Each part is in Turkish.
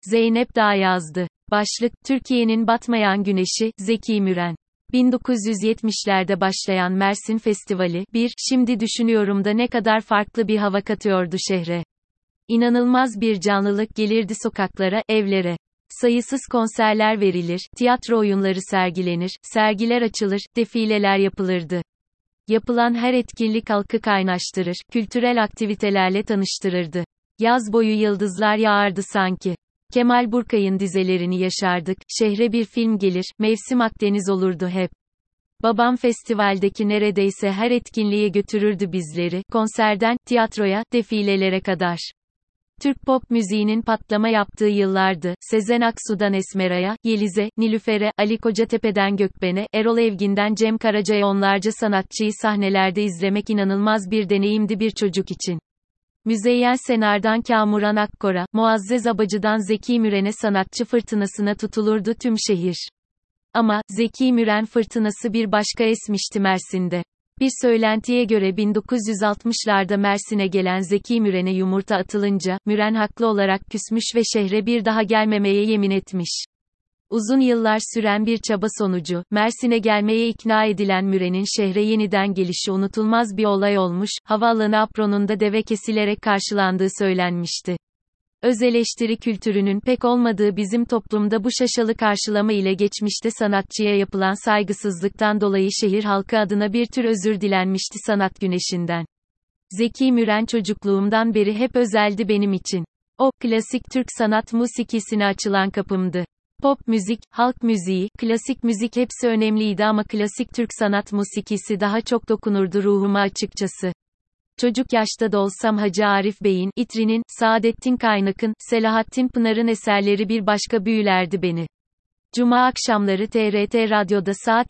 Zeynep Dağ yazdı. Başlık, Türkiye'nin batmayan güneşi, Zeki Müren. 1970'lerde başlayan Mersin Festivali, şimdi düşünüyorum da ne kadar farklı bir hava katıyordu şehre. İnanılmaz bir canlılık gelirdi sokaklara, evlere. Sayısız konserler verilir, tiyatro oyunları sergilenir, sergiler açılır, defileler yapılırdı. Yapılan her etkinlik halkı kaynaştırır, kültürel aktivitelerle tanıştırırdı. Yaz boyu yıldızlar yağardı sanki. Kemal Burkay'ın dizelerini yaşardık, şehre bir film gelir, mevsim Akdeniz olurdu hep. Babam festivaldeki neredeyse her etkinliğe götürürdü bizleri, konserden, tiyatroya, defilelere kadar. Türk pop müziğinin patlama yaptığı yıllardı, Sezen Aksu'dan Esmera'ya, Yeliz'e, Nilüfer'e, Ali Kocatepe'den Gökben'e, Erol Evgin'den Cem Karaca'ya onlarca sanatçıyı sahnelerde izlemek inanılmaz bir deneyimdi bir çocuk için. Müzeyyen Senar'dan Kamuran Akkor'a, Muazzez Abacı'dan Zeki Müren'e sanatçı fırtınasına tutulurdu tüm şehir. Ama, Zeki Müren fırtınası bir başka esmişti Mersin'de. Bir söylentiye göre 1960'larda Mersin'e gelen Zeki Müren'e yumurta atılınca, Müren haklı olarak küsmüş ve şehre bir daha gelmemeye yemin etmiş. Uzun yıllar süren bir çaba sonucu, Mersin'e gelmeye ikna edilen Müren'in şehre yeniden gelişi unutulmaz bir olay olmuş, havaalanı apronunda deve kesilerek karşılandığı söylenmişti. Öz eleştiri kültürünün pek olmadığı bizim toplumda bu şaşalı karşılama ile geçmişte sanatçıya yapılan saygısızlıktan dolayı şehir halkı adına bir tür özür dilenmişti sanat güneşinden. Zeki Müren çocukluğumdan beri hep özeldi benim için. O, klasik Türk sanat musikisine açılan kapımdı. Pop müzik, halk müziği, klasik müzik hepsi önemliydi ama klasik Türk sanat musikisi daha çok dokunurdu ruhuma açıkçası. Çocuk yaşta da olsam Hacı Arif Bey'in, İtri'nin, Saadettin Kaynak'ın, Selahattin Pınar'ın eserleri bir başka büyülerdi beni. Cuma akşamları TRT Radyo'da saat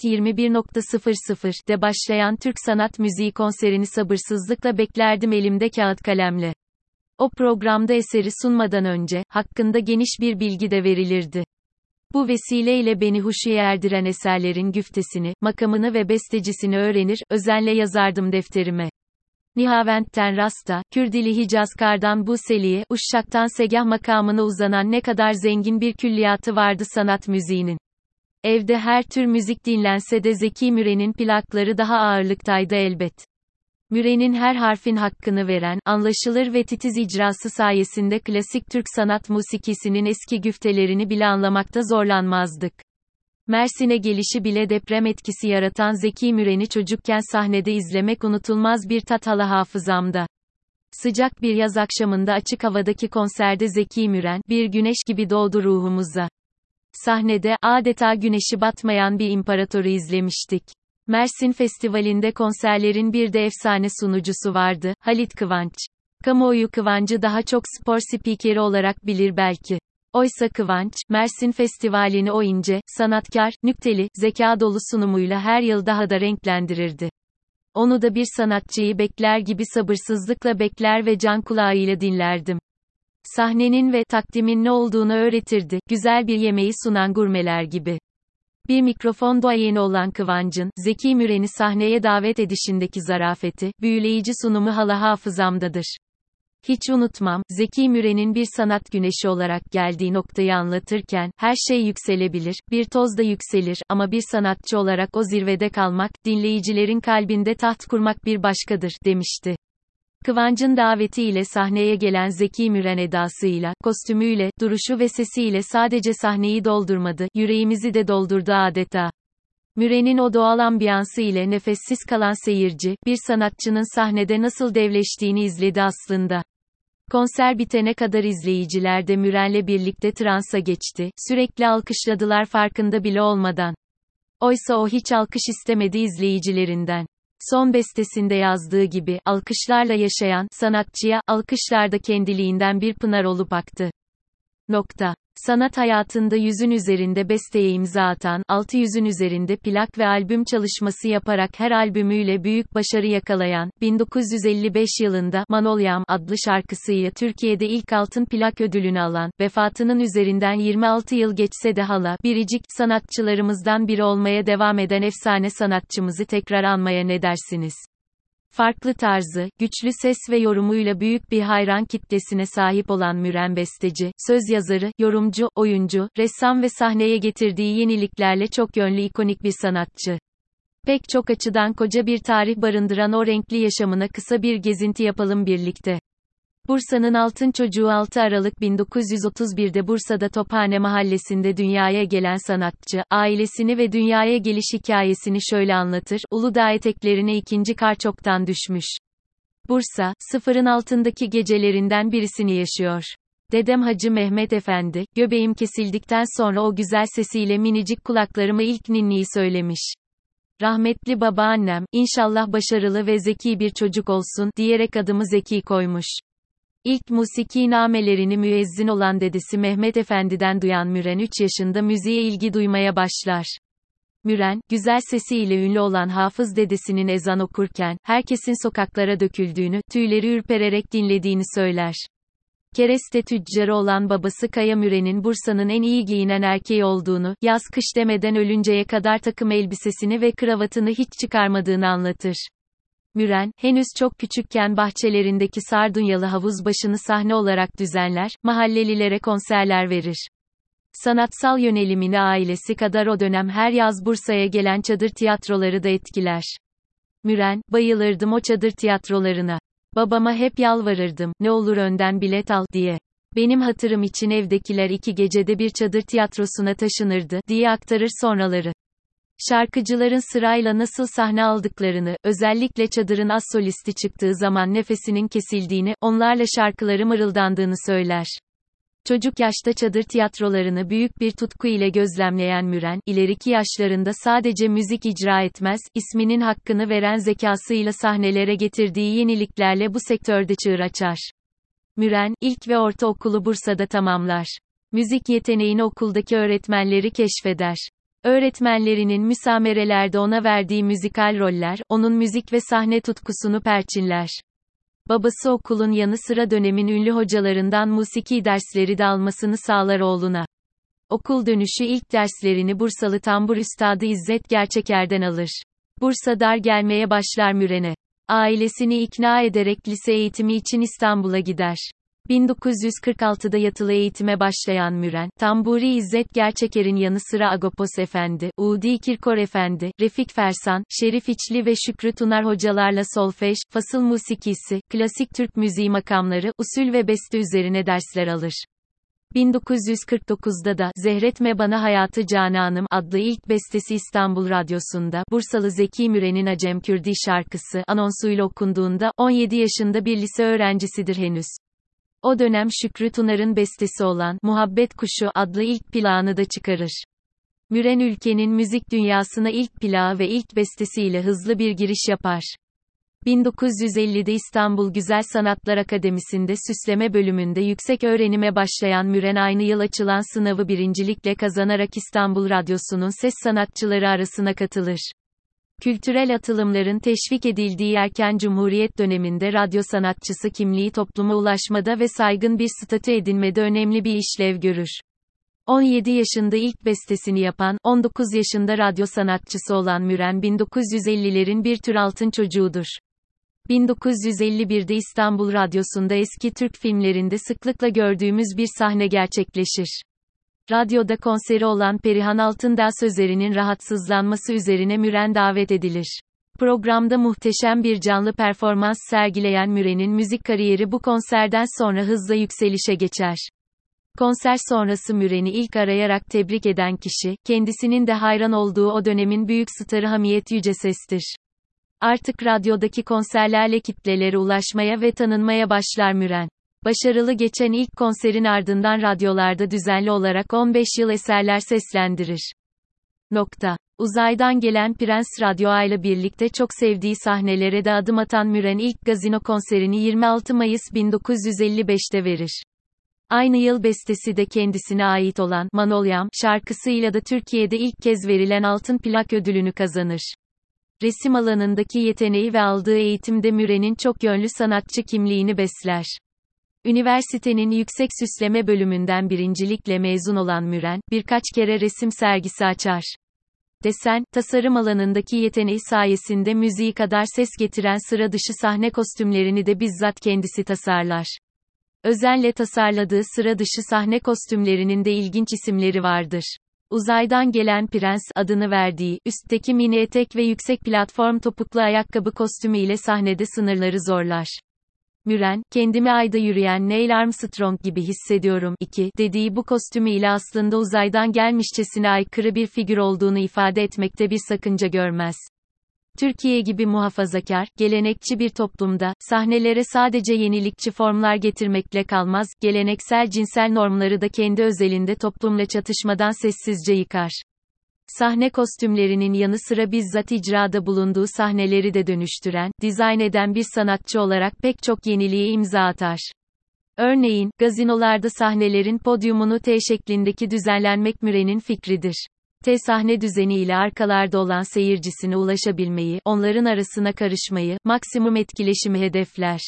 21.00'de başlayan Türk Sanat Müziği konserini sabırsızlıkla beklerdim elimde kağıt kalemle. O programda eseri sunmadan önce, hakkında geniş bir bilgi de verilirdi. Bu vesileyle beni huşuya erdiren eserlerin güftesini, makamını ve bestecisini öğrenir, özenle yazardım defterime. Nihavend'ten Rasta, Kürdili Hicazkar'dan Buseli'ye, Uşşak'tan Segah makamına uzanan ne kadar zengin bir külliyatı vardı sanat müziğinin. Evde her tür müzik dinlense de Zeki Müren'in plakları daha ağırlıktaydı elbet. Müren'in her harfin hakkını veren, anlaşılır ve titiz icrası sayesinde klasik Türk sanat musikisinin eski güftelerini bile anlamakta zorlanmazdık. Mersin'e gelişi bile deprem etkisi yaratan Zeki Müren'i çocukken sahnede izlemek unutulmaz bir tat hala hafızamda. Sıcak bir yaz akşamında açık havadaki konserde Zeki Müren, bir güneş gibi doğdu ruhumuza. Sahnede, adeta güneşi batmayan bir imparatoru izlemiştik. Mersin Festivali'nde konserlerin bir de efsane sunucusu vardı, Halit Kıvanç. Kamuoyu Kıvanç'ı daha çok spor spikeri olarak bilir belki. Oysa Kıvanç, Mersin Festivali'ni o ince, sanatkar, nükteli, zeka dolu sunumuyla her yıl daha da renklendirirdi. Onu da bir sanatçıyı bekler gibi sabırsızlıkla bekler ve can kulağıyla dinlerdim. Sahnenin ve takdimin ne olduğunu öğretirdi, güzel bir yemeği sunan gurmeler gibi. Bir mikrofon duayeni olan Kıvanç'ın, Zeki Müren'i sahneye davet edişindeki zarafeti, büyüleyici sunumu hala hafızamdadır. Hiç unutmam, Zeki Müren'in bir sanat güneşi olarak geldiği noktayı anlatırken, her şey yükselebilir, bir toz da yükselir ama bir sanatçı olarak o zirvede kalmak, dinleyicilerin kalbinde taht kurmak bir başkadır, demişti. Kıvanç'ın davetiyle sahneye gelen Zeki Müren edasıyla, kostümüyle, duruşu ve sesiyle sadece sahneyi doldurmadı, yüreğimizi de doldurdu adeta. Müren'in o doğal ambiyansı ile nefessiz kalan seyirci, bir sanatçının sahnede nasıl devleştiğini izledi aslında. Konser bitene kadar izleyiciler de Müren'le birlikte transa geçti, sürekli alkışladılar farkında bile olmadan. Oysa o hiç alkış istemedi izleyicilerinden. Son bestesinde yazdığı gibi, alkışlarla yaşayan, sanatçıya, alkışlarda kendiliğinden bir pınar olup aktı. Sanat hayatında 100'ün üzerinde besteye imza atan, 600'ün üzerinde plak ve albüm çalışması yaparak her albümüyle büyük başarı yakalayan, 1955 yılında Manolyam adlı şarkısıyla Türkiye'de ilk altın plak ödülünü alan, vefatının üzerinden 26 yıl geçse de hala biricik sanatçılarımızdan biri olmaya devam eden efsane sanatçımızı tekrar anmaya ne dersiniz? Farklı tarzı, güçlü ses ve yorumuyla büyük bir hayran kitlesine sahip olan Müren besteci, söz yazarı, yorumcu, oyuncu, ressam ve sahneye getirdiği yeniliklerle çok yönlü ikonik bir sanatçı. Pek çok açıdan koca bir tarih barındıran o renkli yaşamına kısa bir gezinti yapalım birlikte. Bursa'nın altın çocuğu 6 Aralık 1931'de Bursa'da Tophane Mahallesi'nde dünyaya gelen sanatçı, ailesini ve dünyaya geliş hikayesini şöyle anlatır: Uludağ eteklerine ikinci kar çoktan düşmüş. Bursa, sıfırın altındaki gecelerinden birisini yaşıyor. Dedem Hacı Mehmet Efendi, göbeğim kesildikten sonra o güzel sesiyle minicik kulaklarıma ilk ninniyi söylemiş. Rahmetli babaannem, inşallah başarılı ve zeki bir çocuk olsun, diyerek adımı Zeki koymuş. İlk musiki namelerini müezzin olan dedesi Mehmet Efendi'den duyan Müren 3 yaşında müziğe ilgi duymaya başlar. Müren, güzel sesiyle ünlü olan hafız dedesinin ezan okurken, herkesin sokaklara döküldüğünü, tüyleri ürpererek dinlediğini söyler. Kereste tüccarı olan babası Kaya Müren'in Bursa'nın en iyi giyinen erkeği olduğunu, yaz kış demeden ölünceye kadar takım elbisesini ve kravatını hiç çıkarmadığını anlatır. Müren, henüz çok küçükken bahçelerindeki Sardunyalı havuz başını sahne olarak düzenler, mahallelilere konserler verir. Sanatsal yönelimini ailesi kadar o dönem her yaz Bursa'ya gelen çadır tiyatroları da etkiler. Müren, bayılırdım o çadır tiyatrolarına. Babama hep yalvarırdım, ne olur önden bilet al, diye. Benim hatırım için evdekiler 2 gecede bir çadır tiyatrosuna taşınırdı, diye aktarır sonraları. Şarkıcıların sırayla nasıl sahne aldıklarını, özellikle çadırın az solisti çıktığı zaman nefesinin kesildiğini, onlarla şarkıları mırıldandığını söyler. Çocuk yaşta çadır tiyatrolarını büyük bir tutku ile gözlemleyen Müren, ileriki yaşlarında sadece müzik icra etmez, isminin hakkını veren zekasıyla sahnelere getirdiği yeniliklerle bu sektörde çığır açar. Müren, ilk ve ortaokulu Bursa'da tamamlar. Müzik yeteneğini okuldaki öğretmenleri keşfeder. Öğretmenlerinin müsamerelerde ona verdiği müzikal roller, onun müzik ve sahne tutkusunu perçinler. Babası okulun yanı sıra dönemin ünlü hocalarından musiki dersleri de almasını sağlar oğluna. Okul dönüşü ilk derslerini Bursalı tambur üstadı İzzet Gerçeker'den alır. Bursa dar gelmeye başlar Müren'e. Ailesini ikna ederek lise eğitimi için İstanbul'a gider. 1946'da yatılı eğitime başlayan Müren, tamburi İzzet Gerçeker'in yanı sıra Agopos Efendi, Udi Kirkor Efendi, Refik Fersan, Şerif İçli ve Şükrü Tunar hocalarla solfej, fasıl musikisi, klasik Türk müziği makamları, usul ve beste üzerine dersler alır. 1949'da da "Zehretme Bana Hayatı Cananım" adlı ilk bestesi İstanbul Radyosu'nda, Bursalı Zeki Müren'in Acem Kürdi şarkısı anonsuyla okunduğunda, 17 yaşında bir lise öğrencisidir henüz. O dönem Şükrü Tunar'ın bestesi olan "Muhabbet Kuşu" adlı ilk plağını da çıkarır. Müren ülkenin müzik dünyasına ilk plağı ve ilk bestesiyle hızlı bir giriş yapar. 1950'de İstanbul Güzel Sanatlar Akademisi'nde süsleme bölümünde yüksek öğrenime başlayan Müren aynı yıl açılan sınavı birincilikle kazanarak İstanbul Radyosu'nun ses sanatçıları arasına katılır. Kültürel atılımların teşvik edildiği erken Cumhuriyet döneminde radyo sanatçısı kimliği topluma ulaşmada ve saygın bir statü edinmede önemli bir işlev görür. 17 yaşında ilk bestesini yapan, 19 yaşında radyo sanatçısı olan Müren 1950'lerin bir tür altın çocuğudur. 1951'de İstanbul Radyosu'nda eski Türk filmlerinde sıklıkla gördüğümüz bir sahne gerçekleşir. Radyoda konseri olan Perihan Altındağ Sözeri'nin rahatsızlanması üzerine Müren davet edilir. Programda muhteşem bir canlı performans sergileyen Müren'in müzik kariyeri bu konserden sonra hızla yükselişe geçer. Konser sonrası Müren'i ilk arayarak tebrik eden kişi, kendisinin de hayran olduğu o dönemin büyük starı Hamiyet Yüceses'tir. Artık radyodaki konserlerle kitlelere ulaşmaya ve tanınmaya başlar Müren. Başarılı geçen ilk konserin ardından radyolarda düzenli olarak 15 yıl eserler seslendirir. Uzaydan gelen Prens Radyo Ağa'yla birlikte çok sevdiği sahnelere de adım atan Müren ilk gazino konserini 26 Mayıs 1955'te verir. Aynı yıl bestesi de kendisine ait olan "Manolyam" şarkısıyla da Türkiye'de ilk kez verilen altın plak ödülünü kazanır. Resim alanındaki yeteneği ve aldığı eğitim de Müren'in çok yönlü sanatçı kimliğini besler. Üniversitenin yüksek süsleme bölümünden birincilikle mezun olan Müren, birkaç kere resim sergisi açar. Desen, tasarım alanındaki yeteneği sayesinde müziği kadar ses getiren sıra dışı sahne kostümlerini de bizzat kendisi tasarlar. Özenle tasarladığı sıra dışı sahne kostümlerinin de ilginç isimleri vardır. Uzaydan gelen prens adını verdiği, üstteki mini etek ve yüksek platform topuklu ayakkabı kostümü ile sahnede sınırları zorlar. Müren, kendimi ayda yürüyen Neil Armstrong gibi hissediyorum, dediği bu kostümü ile aslında uzaydan gelmişçesine aykırı bir figür olduğunu ifade etmekte bir sakınca görmez. Türkiye gibi muhafazakar, gelenekçi bir toplumda, sahnelere sadece yenilikçi formlar getirmekle kalmaz, geleneksel cinsel normları da kendi özelinde toplumla çatışmadan sessizce yıkar. Sahne kostümlerinin yanı sıra bizzat icrada bulunduğu sahneleri de dönüştüren, dizayn eden bir sanatçı olarak pek çok yeniliğe imza atar. Örneğin, gazinolarda sahnelerin podyumunu T şeklindeki düzenlenmek Müren'in fikridir. T sahne düzeniyle arkalarda olan seyircisine ulaşabilmeyi, onların arasına karışmayı, maksimum etkileşimi hedefler.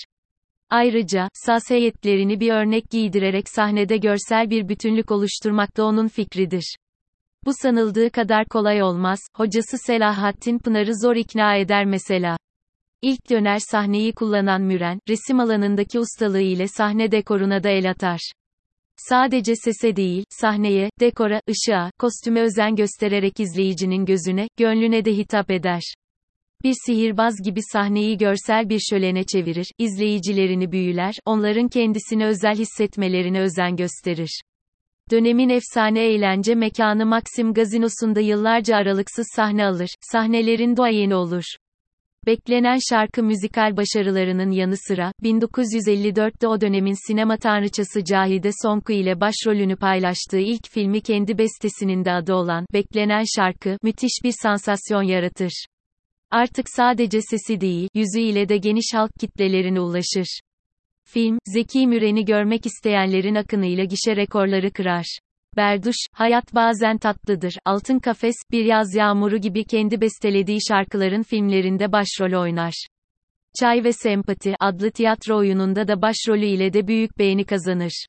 Ayrıca, saz heyetlerini bir örnek giydirerek sahnede görsel bir bütünlük oluşturmak da onun fikridir. Bu sanıldığı kadar kolay olmaz, hocası Selahattin Pınar'ı zor ikna eder mesela. İlk döner sahneyi kullanan Müren, resim alanındaki ustalığı ile sahne dekoruna da el atar. Sadece sese değil, sahneye, dekora, ışığa, kostüme özen göstererek izleyicinin gözüne, gönlüne de hitap eder. Bir sihirbaz gibi sahneyi görsel bir şölene çevirir, izleyicilerini büyüler, onların kendisini özel hissetmelerine özen gösterir. Dönemin efsane eğlence mekanı Maxim Gazinosu'nda yıllarca aralıksız sahne alır, sahnelerin duayeni olur. Beklenen şarkı müzikal başarılarının yanı sıra, 1954'te o dönemin sinema tanrıçası Cahide Sonku ile başrolünü paylaştığı ilk filmi kendi bestesinin de adı olan Beklenen Şarkı, müthiş bir sansasyon yaratır. Artık sadece sesi değil, yüzü ile de geniş halk kitlelerine ulaşır. Film, Zeki Müren'i görmek isteyenlerin akınıyla gişe rekorları kırar. Berduş, Hayat Bazen Tatlıdır, Altın Kafes, Bir Yaz Yağmuru gibi kendi bestelediği şarkıların filmlerinde başrol oynar. Çay ve Sempati adlı tiyatro oyununda da başrolü ile de büyük beğeni kazanır.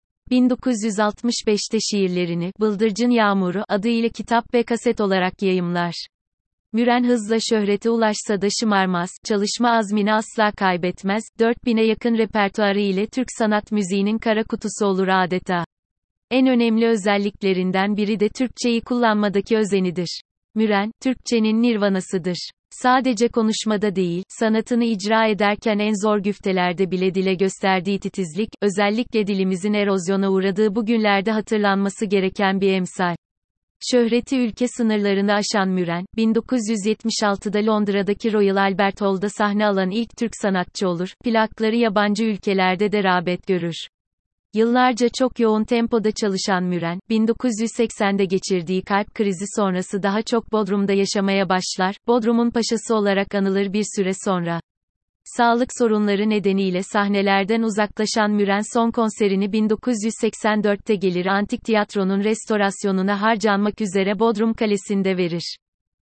1965'te şiirlerini, Bıldırcın Yağmuru adıyla kitap ve kaset olarak yayımlar. Müren hızla şöhrete ulaşsa da şımarmaz, çalışma azmini asla kaybetmez, 4000'e yakın repertuarı ile Türk sanat müziğinin kara kutusu olur adeta. En önemli özelliklerinden biri de Türkçeyi kullanmadaki özenidir. Müren, Türkçenin nirvanasıdır. Sadece konuşmada değil, sanatını icra ederken en zor güftelerde bile dile gösterdiği titizlik, özellikle dilimizin erozyona uğradığı bu günlerde hatırlanması gereken bir emsal. Şöhreti ülke sınırlarını aşan Müren, 1976'da Londra'daki Royal Albert Hall'da sahne alan ilk Türk sanatçı olur, plakları yabancı ülkelerde de rağbet görür. Yıllarca çok yoğun tempoda çalışan Müren, 1980'de geçirdiği kalp krizi sonrası daha çok Bodrum'da yaşamaya başlar, Bodrum'un paşası olarak anılır bir süre sonra. Sağlık sorunları nedeniyle sahnelerden uzaklaşan Müren son konserini 1984'te Gelir Antik Tiyatro'nun restorasyonuna harcanmak üzere Bodrum Kalesi'nde verir.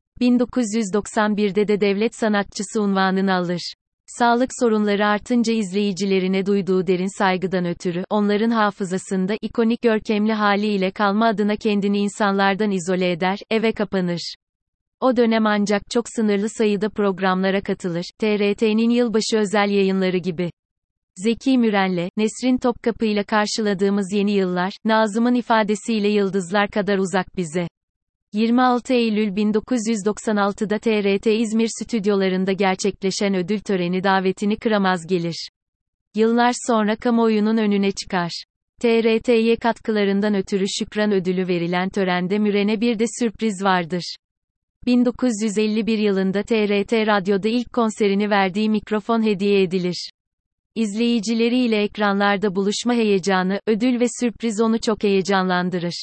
1991'de de devlet sanatçısı unvanını alır. Sağlık sorunları artınca izleyicilerine duyduğu derin saygıdan ötürü, onların hafızasında ikonik görkemli haliyle kalma adına kendini insanlardan izole eder, eve kapanır. O dönem ancak çok sınırlı sayıda programlara katılır, TRT'nin yılbaşı özel yayınları gibi. Zeki Müren'le, Nesrin Topkapı'yla karşıladığımız yeni yıllar, Nazım'ın ifadesiyle yıldızlar kadar uzak bize. 26 Eylül 1996'da TRT İzmir stüdyolarında gerçekleşen ödül töreni davetini kıramaz gelir. Yıllar sonra kamuoyunun önüne çıkar. TRT'ye katkılarından ötürü Şükran ödülü verilen törende Müren'e bir de sürpriz vardır. 1951 yılında TRT Radyo'da ilk konserini verdiği mikrofon hediye edilir. İzleyicileriyle ekranlarda buluşma heyecanı, ödül ve sürpriz onu çok heyecanlandırır.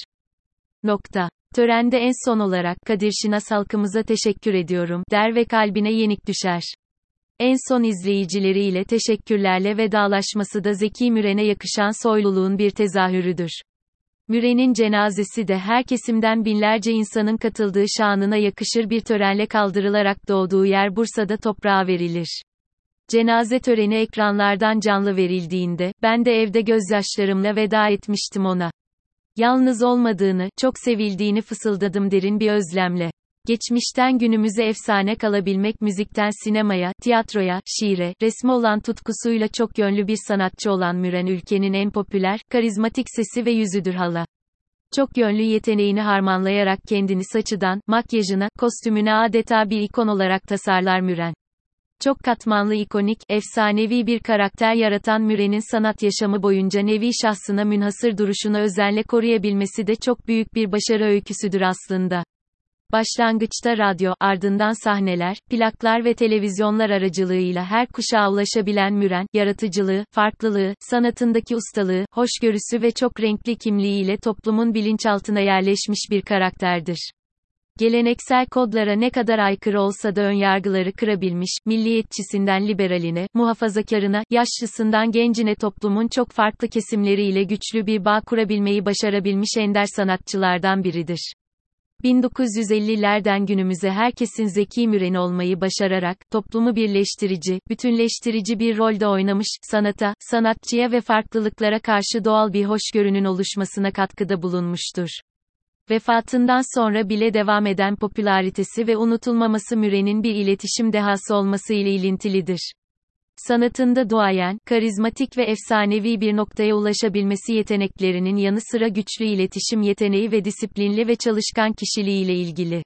Törende en son olarak, Kadir Şinas halkımıza teşekkür ediyorum, der ve kalbine yenik düşer. En son izleyicileriyle teşekkürlerle vedalaşması da Zeki Müren'e yakışan soyluluğun bir tezahürüdür. Müren'in cenazesi de her kesimden binlerce insanın katıldığı şanına yakışır bir törenle kaldırılarak doğduğu yer Bursa'da toprağa verilir. Cenaze töreni ekranlardan canlı verildiğinde, ben de evde gözyaşlarımla veda etmiştim ona. Yalnız olmadığını, çok sevildiğini fısıldadım derin bir özlemle. Geçmişten günümüze efsane kalabilmek müzikten sinemaya, tiyatroya, şiire, resme olan tutkusuyla çok yönlü bir sanatçı olan Müren ülkenin en popüler, karizmatik sesi ve yüzüdür hala. Çok yönlü yeteneğini harmanlayarak kendini saçından, makyajına, kostümüne adeta bir ikon olarak tasarlar Müren. Çok katmanlı ikonik, efsanevi bir karakter yaratan Müren'in sanat yaşamı boyunca nevi şahsına münhasır duruşunu özenle koruyabilmesi de çok büyük bir başarı öyküsüdür aslında. Başlangıçta radyo, ardından sahneler, plaklar ve televizyonlar aracılığıyla her kuşağa ulaşabilen Müren, yaratıcılığı, farklılığı, sanatındaki ustalığı, hoşgörüsü ve çok renkli kimliğiyle toplumun bilinçaltına yerleşmiş bir karakterdir. Geleneksel kodlara ne kadar aykırı olsa da önyargıları kırabilmiş, milliyetçisinden liberaline, muhafazakarına, yaşlısından gencine toplumun çok farklı kesimleriyle güçlü bir bağ kurabilmeyi başarabilmiş ender sanatçılardan biridir. 1950'lerden günümüze herkesin Zeki Müren olmayı başararak, toplumu birleştirici, bütünleştirici bir rolde oynamış, sanata, sanatçıya ve farklılıklara karşı doğal bir hoşgörünün oluşmasına katkıda bulunmuştur. Vefatından sonra bile devam eden popülaritesi ve unutulmaması Müren'in bir iletişim dehası olması ile ilintilidir. Sanatında duayen, karizmatik ve efsanevi bir noktaya ulaşabilmesi yeteneklerinin yanı sıra güçlü iletişim yeteneği ve disiplinli ve çalışkan kişiliğiyle ilgili.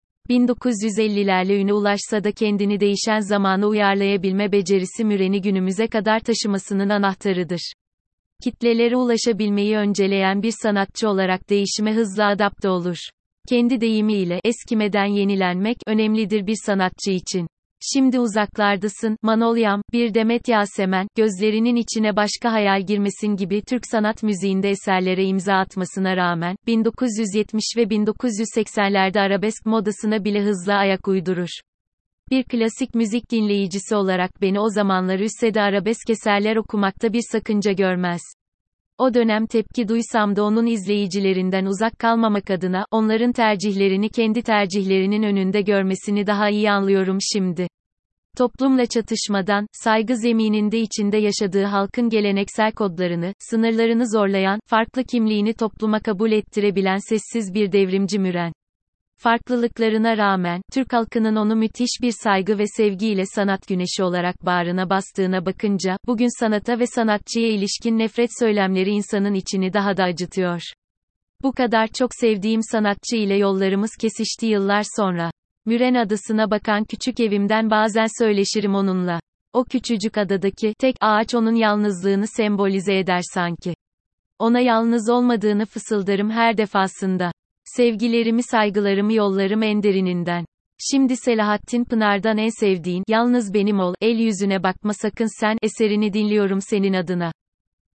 1950'lerle üne ulaşsa da kendini değişen zamana uyarlayabilme becerisi Müren'i günümüze kadar taşımasının anahtarıdır. Kitlelere ulaşabilmeyi önceleyen bir sanatçı olarak değişime hızla adapte olur. Kendi deyimiyle eskimeden yenilenmek önemlidir bir sanatçı için. Şimdi uzaklardasın, Manolyam, bir demet Yasemen, gözlerinin içine başka hayal girmesin gibi Türk sanat müziğinde eserlere imza atmasına rağmen, 1970 ve 1980'lerde arabesk modasına bile hızla ayak uydurur. Bir klasik müzik dinleyicisi olarak beni o zamanlar üssede arabesk eserler okumakta bir sakınca görmez. O dönem tepki duysam da onun izleyicilerinden uzak kalmamak adına, onların tercihlerini kendi tercihlerinin önünde görmesini daha iyi anlıyorum şimdi. Toplumla çatışmadan, saygı zemininde içinde yaşadığı halkın geleneksel kodlarını, sınırlarını zorlayan, farklı kimliğini topluma kabul ettirebilen sessiz bir devrimci Müren. Farklılıklarına rağmen, Türk halkının onu müthiş bir saygı ve sevgiyle sanat güneşi olarak bağrına bastığına bakınca, bugün sanata ve sanatçıya ilişkin nefret söylemleri insanın içini daha da acıtıyor. Bu kadar çok sevdiğim sanatçı ile yollarımız kesişti yıllar sonra. Müren adasına bakan küçük evimden bazen söyleşirim onunla. O küçücük adadaki tek ağaç onun yalnızlığını sembolize eder sanki. Ona yalnız olmadığını fısıldarım her defasında. Sevgilerimi saygılarımı yollarım en derininden. Şimdi Selahattin Pınar'dan en sevdiğin, Yalnız Benim Ol, El Yüzüne Bakma Sakın Sen, eserini dinliyorum senin adına.